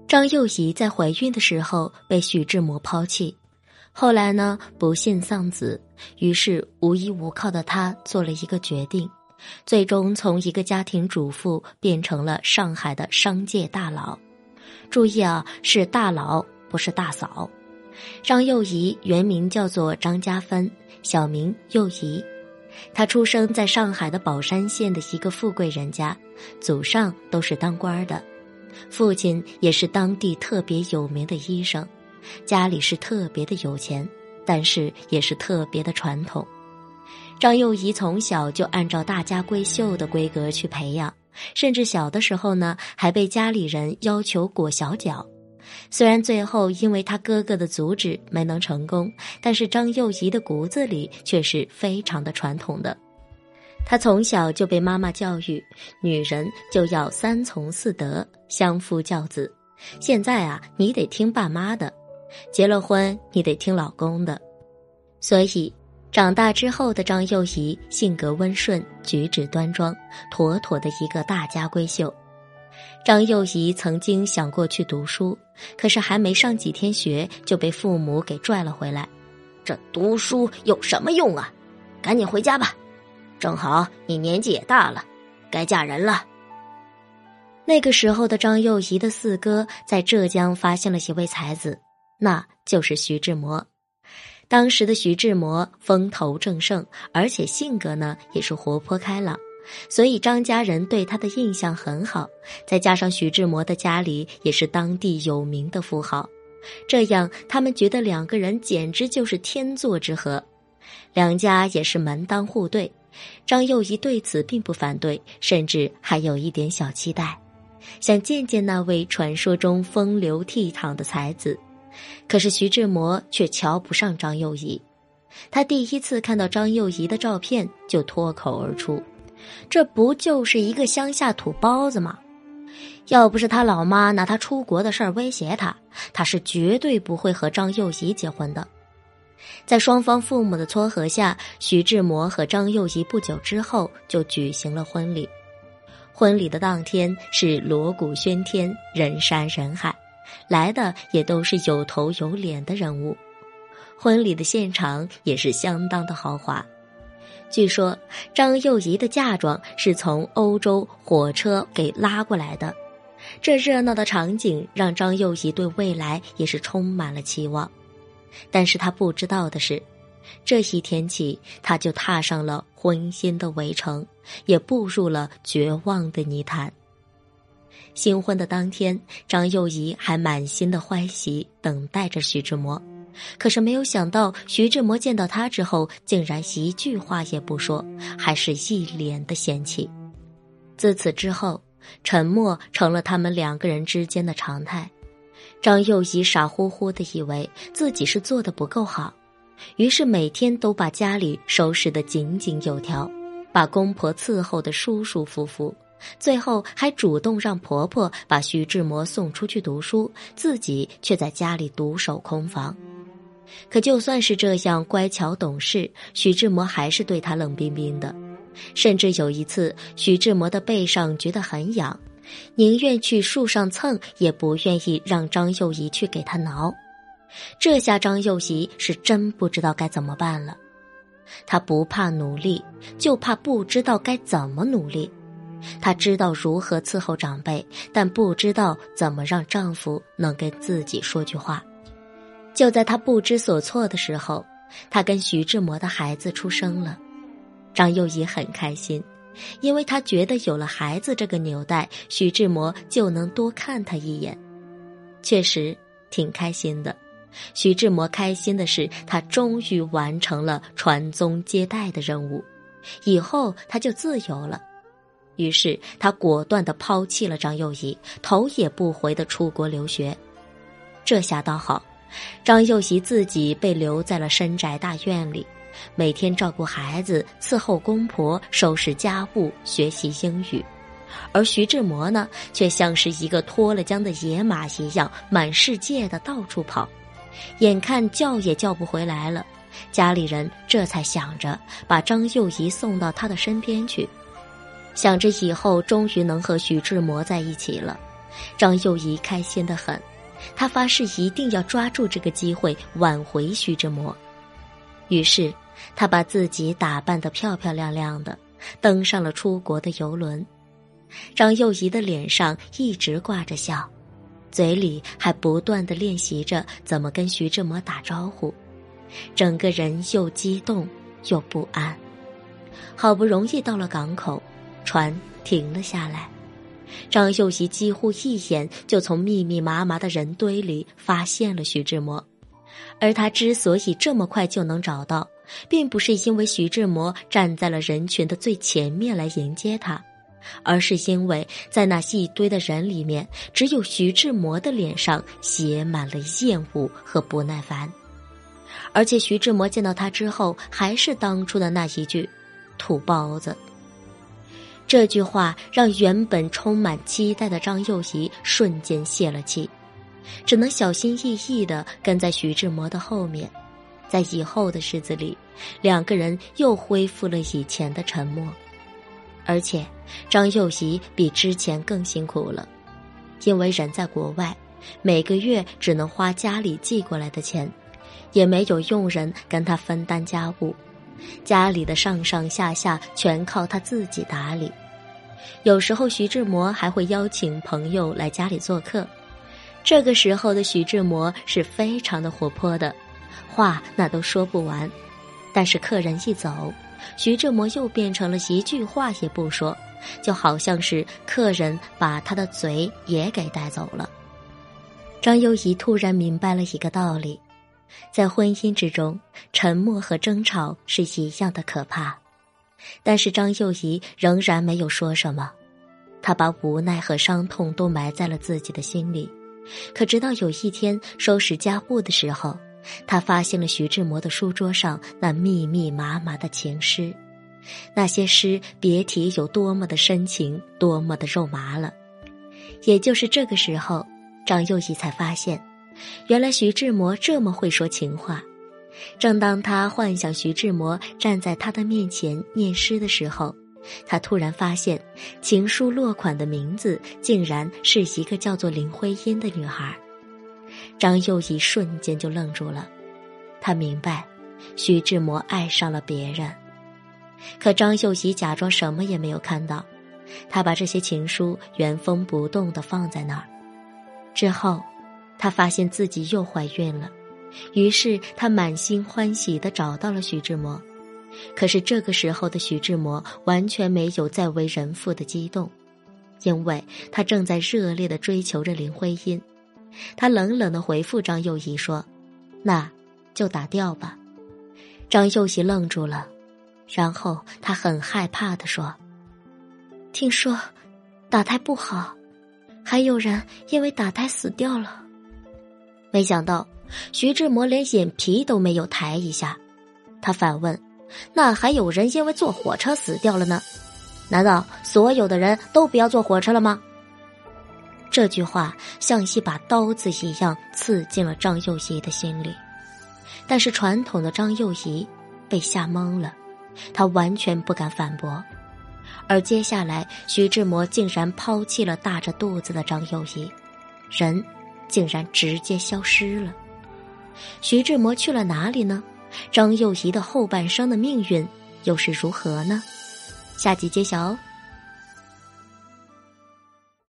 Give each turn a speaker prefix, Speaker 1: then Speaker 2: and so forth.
Speaker 1: 张幼仪在怀孕的时候被徐志摩抛弃，后来呢不幸丧子，于是无依无靠的她做了一个决定，最终从一个家庭主妇变成了上海的商界大佬。注意啊，是大佬，不是大嫂。张幼仪原名叫做张家芬，小名幼仪。她出生在上海的宝山县的一个富贵人家，祖上都是当官的，父亲也是当地特别有名的医生，家里是特别的有钱，但是也是特别的传统。张幼仪从小就按照大家闺秀的规格去培养，甚至小的时候呢，还被家里人要求裹小脚。虽然最后因为他哥哥的阻止没能成功，但是张幼仪的骨子里却是非常的传统的。她从小就被妈妈教育，女人就要三从四德，相夫教子。现在啊，你得听爸妈的，结了婚你得听老公的。所以长大之后的张幼仪性格温顺，举止端庄，妥妥的一个大家闺秀。张幼仪曾经想过去读书，可是还没上几天学就被父母给拽了回来。
Speaker 2: 这读书有什么用啊？赶紧回家吧，正好你年纪也大了，该嫁人了。
Speaker 1: 那个时候的张幼仪的四哥在浙江发现了一位才子，那就是徐志摩。当时的徐志摩风头正盛，而且性格呢也是活泼开朗，所以张家人对他的印象很好，再加上徐志摩的家里也是当地有名的富豪，这样他们觉得两个人简直就是天作之合。两家也是门当户对，张幼仪对此并不反对，甚至还有一点小期待，想见见那位传说中风流倜傥的才子。可是徐志摩却瞧不上张幼仪，他第一次看到张幼仪的照片就脱口而出，这不就是一个乡下土包子吗？要不是他老妈拿他出国的事儿威胁他，他是绝对不会和张幼仪结婚的。在双方父母的撮合下，徐志摩和张幼仪不久之后就举行了婚礼。婚礼的当天是锣鼓喧天，人山人海，来的也都是有头有脸的人物。婚礼的现场也是相当的豪华，据说张幼仪的嫁妆是从欧洲火车给拉过来的。这热闹的场景让张幼仪对未来也是充满了期望。但是她不知道的是，这一天起她就踏上了婚姻的围城，也步入了绝望的泥潭。新婚的当天，张幼仪还满心的欢喜等待着徐志摩，可是没有想到徐志摩见到她之后竟然一句话也不说，还是一脸的嫌弃。自此之后，沉默成了他们两个人之间的常态。张幼仪傻乎乎地以为自己是做得不够好，于是每天都把家里收拾得井井有条，把公婆伺候得舒舒服服，最后还主动让婆婆把徐志摩送出去读书，自己却在家里独守空房。可就算是这样乖巧懂事，徐志摩还是对她冷冰冰的。甚至有一次，徐志摩的背上觉得很痒，宁愿去树上蹭，也不愿意让张幼仪去给他挠。这下张幼仪是真不知道该怎么办了。她不怕努力，就怕不知道该怎么努力。她知道如何伺候长辈，但不知道怎么让丈夫能跟自己说句话。就在她不知所措的时候，她跟徐志摩的孩子出生了。张幼仪很开心，因为她觉得有了孩子这个纽带，徐志摩就能多看她一眼。确实挺开心的。徐志摩开心的是，他终于完成了传宗接代的任务，以后他就自由了。于是他果断地抛弃了张幼仪，头也不回地出国留学。这下倒好，张幼仪自己被留在了深宅大院里，每天照顾孩子，伺候公婆，收拾家务，学习英语。而徐志摩呢，却像是一个脱了缰的野马一样，满世界的到处跑，眼看叫也叫不回来了，家里人这才想着把张幼仪送到他的身边去，想着以后终于能和徐志摩在一起了， 张幼仪开心得很，他发誓一定要抓住这个机会挽回徐志摩。于是他把自己打扮得漂漂亮亮的，登上了出国的邮轮。张幼仪的脸上一直挂着笑，嘴里还不断地练习着怎么跟徐志摩打招呼，整个人又激动又不安。好不容易到了港口，船停了下来，张幼仪几乎一眼就从密密麻麻的人堆里发现了徐志摩。而他之所以这么快就能找到，并不是因为徐志摩站在了人群的最前面来迎接他，而是因为在那一堆的人里面，只有徐志摩的脸上写满了厌恶和不耐烦。而且徐志摩见到他之后，还是当初的那一句土包子。这句话让原本充满期待的张幼仪瞬间泄了气，只能小心翼翼地跟在徐志摩的后面。在以后的日子里，两个人又恢复了以前的沉默。而且张幼仪比之前更辛苦了，因为人在国外，每个月只能花家里寄过来的钱，也没有佣人跟他分担家务，家里的上上下下全靠他自己打理。有时候徐志摩还会邀请朋友来家里做客，这个时候的徐志摩是非常的活泼的，话那都说不完。但是客人一走，徐志摩又变成了一句话也不说，就好像是客人把他的嘴也给带走了。张幼仪突然明白了一个道理，在婚姻之中，沉默和争吵是一样的可怕。但是张幼仪仍然没有说什么，她把无奈和伤痛都埋在了自己的心里。可直到有一天收拾家务的时候，她发现了徐志摩的书桌上那密密麻麻的情诗。那些诗别提有多么的深情，多么的肉麻了。也就是这个时候，张幼仪才发现，原来徐志摩这么会说情话。正当他幻想徐志摩站在他的面前念诗的时候，他突然发现情书落款的名字竟然是一个叫做林徽因的女孩。张幼仪瞬间就愣住了，他明白徐志摩爱上了别人。可张幼仪假装什么也没有看到，他把这些情书原封不动地放在那儿。之后他发现自己又怀孕了，于是他满心欢喜地找到了徐志摩。可是这个时候的徐志摩完全没有再为人父的激动，因为他正在热烈地追求着林徽因。他冷冷地回复张幼仪说：“那就打掉吧。”张幼仪愣住了，然后他很害怕地说：“听说打胎不好，还有人因为打胎死掉了。”没想到徐志摩连眼皮都没有抬一下，他反问：“那还有人因为坐火车死掉了呢？难道所有的人都不要坐火车了吗？”这句话像一把刀子一样刺进了张幼仪的心里。但是传统的张幼仪被吓懵了，他完全不敢反驳。而接下来徐志摩竟然抛弃了大着肚子的张幼仪，人竟然直接消失了。徐志摩去了哪里呢？张幼仪的后半生的命运又是如何呢？下集揭晓哦。